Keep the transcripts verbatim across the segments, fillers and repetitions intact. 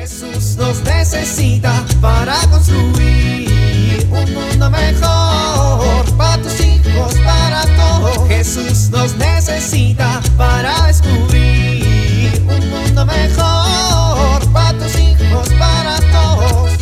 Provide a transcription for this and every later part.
Jesús nos necesita para construir un mundo mejor, para tus hijos, para todos. Jesús nos necesita para descubrir un mundo mejor, para tus hijos, para todos.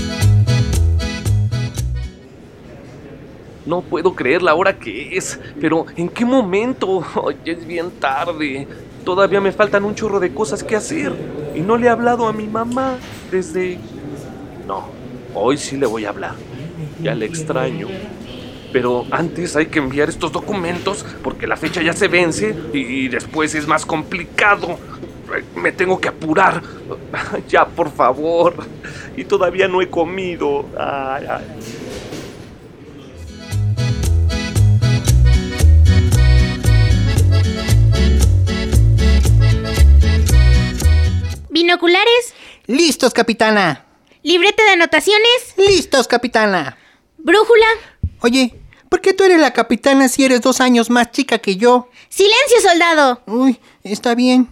No puedo creer la hora que es, pero ¿en qué momento? Oh, ya es bien tarde. Todavía me faltan un chorro de cosas que hacer y no le he hablado a mi mamá desde... No, hoy sí le voy a hablar. Ya le extraño. Pero antes hay que enviar estos documentos porque la fecha ya se vence y después es más complicado. Me tengo que apurar. Ya, por favor. Y todavía no he comido. Ay, ay. ¿Binoculares? ¡Listos, capitana! ¿Libreta de anotaciones? ¡Listos, capitana! ¿Brújula? Oye, ¿por qué tú eres la capitana si eres dos años más chica que yo? ¡Silencio, soldado! Uy, está bien.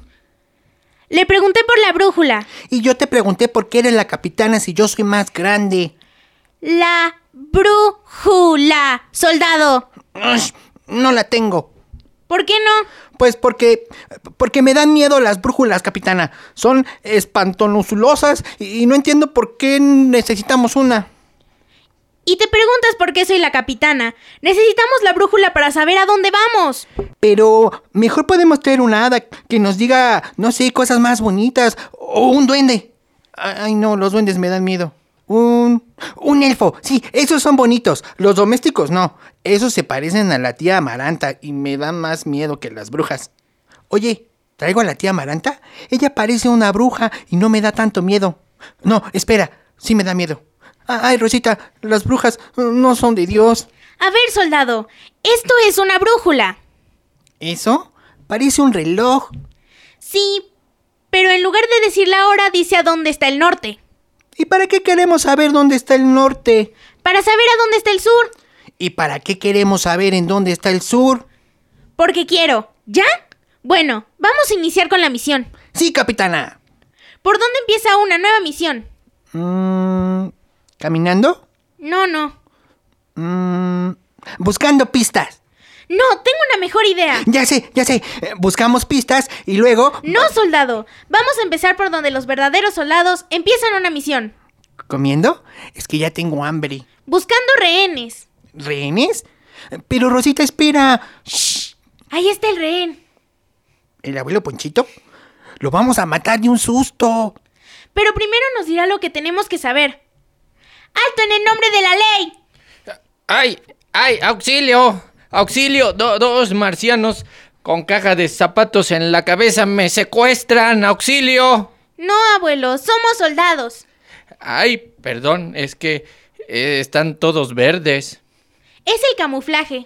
Le pregunté por la brújula. Y yo te pregunté por qué eres la capitana si yo soy más grande. La brújula, soldado. Ush, no la tengo. ¿Por qué no? Pues porque... porque me dan miedo las brújulas, capitana. Son espantonuzulosas y no entiendo por qué necesitamos una. Y te preguntas por qué soy la capitana. Necesitamos la brújula para saber a dónde vamos. Pero mejor podemos tener una hada que nos diga, no sé, cosas más bonitas. O un duende. Ay, no, los duendes me dan miedo. Un... un elfo. Sí, esos son bonitos. Los domésticos no. Esos se parecen a la tía Amaranta y me dan más miedo que las brujas. Oye, ¿traigo a la tía Amaranta? Ella parece una bruja y no me da tanto miedo. No, espera, sí me da miedo. Ay, Rosita, las brujas no son de Dios. A ver, soldado, esto es una brújula. ¿Eso? Parece un reloj. Sí, pero en lugar de decir la hora, dice a dónde está el norte. ¿Y para qué queremos saber dónde está el norte? Para saber a dónde está el sur. ¿Y para qué queremos saber en dónde está el sur? Porque quiero. ¿Ya? Bueno, vamos a iniciar con la misión. Sí, capitana. ¿Por dónde empieza una nueva misión? Mm, ¿Caminando? No, no. Mm, buscando pistas. No, tengo una mejor idea. Ya sé, ya sé. Eh, buscamos pistas y luego... No, soldado. Vamos a empezar por donde los verdaderos soldados empiezan una misión. ¿Comiendo? Es que ya tengo hambre. Buscando rehenes. ¿Rehenes? Pero Rosita, espera. Shh. Ahí está el rehén. ¿El abuelo Ponchito? Lo vamos a matar de un susto. Pero primero nos dirá lo que tenemos que saber. ¡Alto en el nombre de la ley! ¡Ay! ¡Ay! ¡Auxilio! ¡Auxilio! Do- dos marcianos con caja de zapatos en la cabeza me secuestran. ¡Auxilio! No, abuelo, somos soldados. Ay, perdón, es que eh, están todos verdes. Es el camuflaje.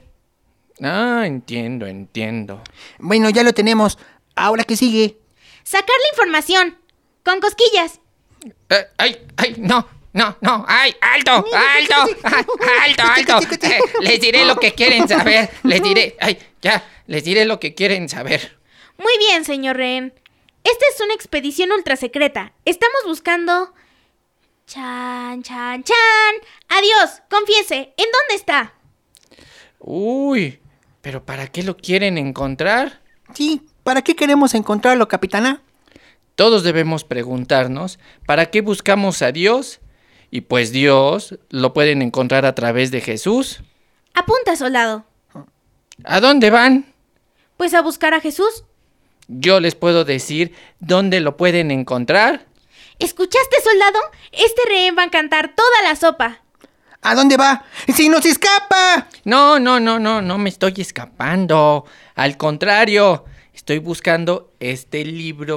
Ah, entiendo, entiendo. Bueno, ya lo tenemos. ¿Ahora qué sigue? Sacar la información. Con cosquillas. Eh, ¡Ay! ¡Ay! ¡No! ¡No! ¡No! ¡Ay! ¡Alto! ¡Alto! ¡Ay, ¡alto! ¡Alto! Eh, les diré lo que quieren saber. Les diré... ¡Ay! Ya. Les diré lo que quieren saber. Muy bien, señor rehén. Esta es una expedición ultra secreta. Estamos buscando... Chan, chan, chan. Adiós. Confiese. ¿En dónde está? Uy. ¿Pero para qué lo quieren encontrar? Sí, ¿para qué queremos encontrarlo, capitana? Todos debemos preguntarnos, ¿para qué buscamos a Dios? Y pues Dios lo pueden encontrar a través de Jesús. Apunta, soldado. ¿A dónde van? Pues a buscar a Jesús. Yo les puedo decir dónde lo pueden encontrar. ¿Escuchaste, soldado? Este rehén va a cantar toda la sopa. ¿A dónde va? ¡Si nos escapa! No, no, no, no, no me estoy escapando. Al contrario, estoy buscando este libro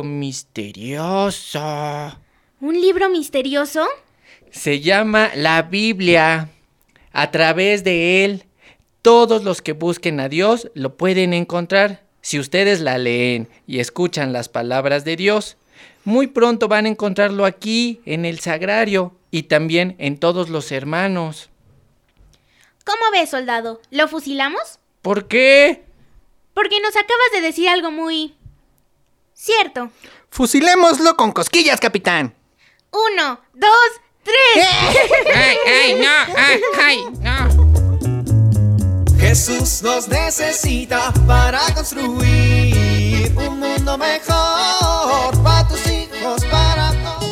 misterioso. ¿Un libro misterioso? Se llama la Biblia. A través de él, todos los que busquen a Dios lo pueden encontrar. Si ustedes la leen y escuchan las palabras de Dios, muy pronto van a encontrarlo aquí, en el sagrario, y también en todos los hermanos. ¿Cómo ves, soldado? ¿Lo fusilamos? ¿Por qué? Porque nos acabas de decir algo muy... cierto. Fusilémoslo con cosquillas, capitán. Uno, dos, tres. ¡Ay, ay, no! ¡Ay, ay, no! Jesús nos necesita para construir un mundo mejor para tus hijos, para todos.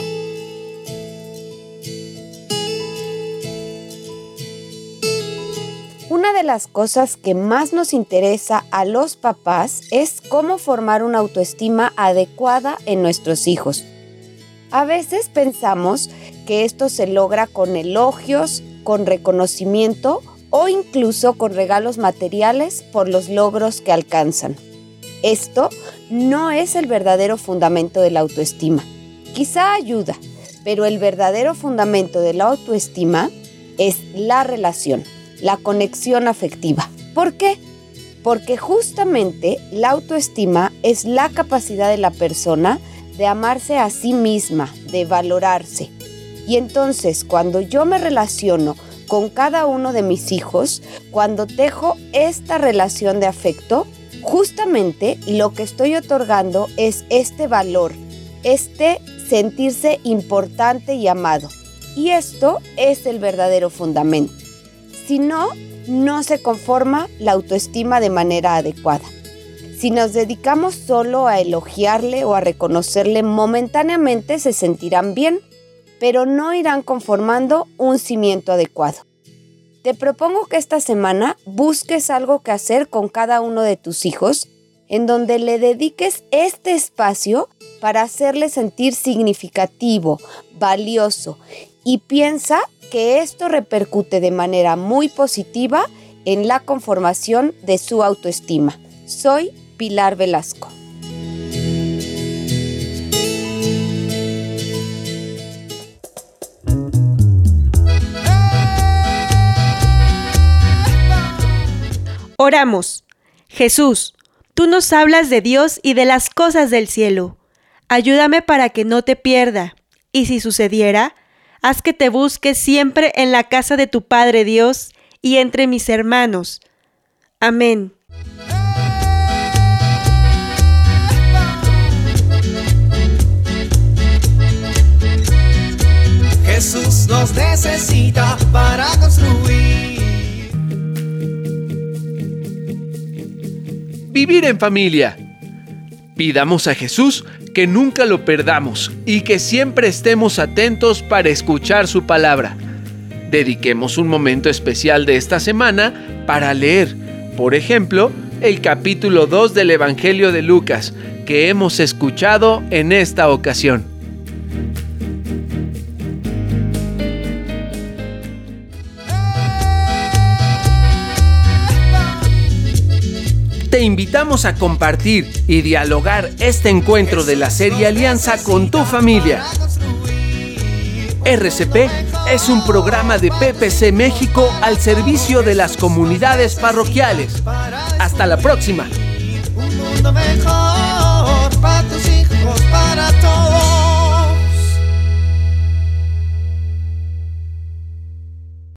Una de las cosas que más nos interesa a los papás es cómo formar una autoestima adecuada en nuestros hijos. A veces pensamos que esto se logra con elogios, con reconocimiento o incluso con regalos materiales por los logros que alcanzan. Esto no es el verdadero fundamento de la autoestima. Quizá ayuda, pero el verdadero fundamento de la autoestima es la relación, la conexión afectiva. ¿Por qué? Porque justamente la autoestima es la capacidad de la persona de amarse a sí misma, de valorarse. Y entonces, cuando yo me relaciono con cada uno de mis hijos, cuando tejo esta relación de afecto, justamente lo que estoy otorgando es este valor, este sentirse importante y amado. Y esto es el verdadero fundamento. Si no, no se conforma la autoestima de manera adecuada. Si nos dedicamos solo a elogiarle o a reconocerle, momentáneamente se sentirán bien, pero no irán conformando un cimiento adecuado. Te propongo que esta semana busques algo que hacer con cada uno de tus hijos, en donde le dediques este espacio para hacerle sentir significativo, valioso, y piensa que esto repercute de manera muy positiva en la conformación de su autoestima. Soy Pilar Velasco. Oramos. Jesús, tú nos hablas de Dios y de las cosas del cielo. Ayúdame para que no te pierda, y si sucediera, haz que te busque siempre en la casa de tu Padre Dios y entre mis hermanos. Amén. Jesús nos necesita para construir. Vivir en familia. Pidamos a Jesús que nunca lo perdamos y que siempre estemos atentos para escuchar su palabra. Dediquemos un momento especial de esta semana para leer, por ejemplo, el capítulo dos del Evangelio de Lucas, que hemos escuchado en esta ocasión. Te invitamos a compartir y dialogar este encuentro de la serie Alianza con tu familia. R C P es un programa de P P C México al servicio de las comunidades parroquiales. Hasta la próxima. Un mundo mejor.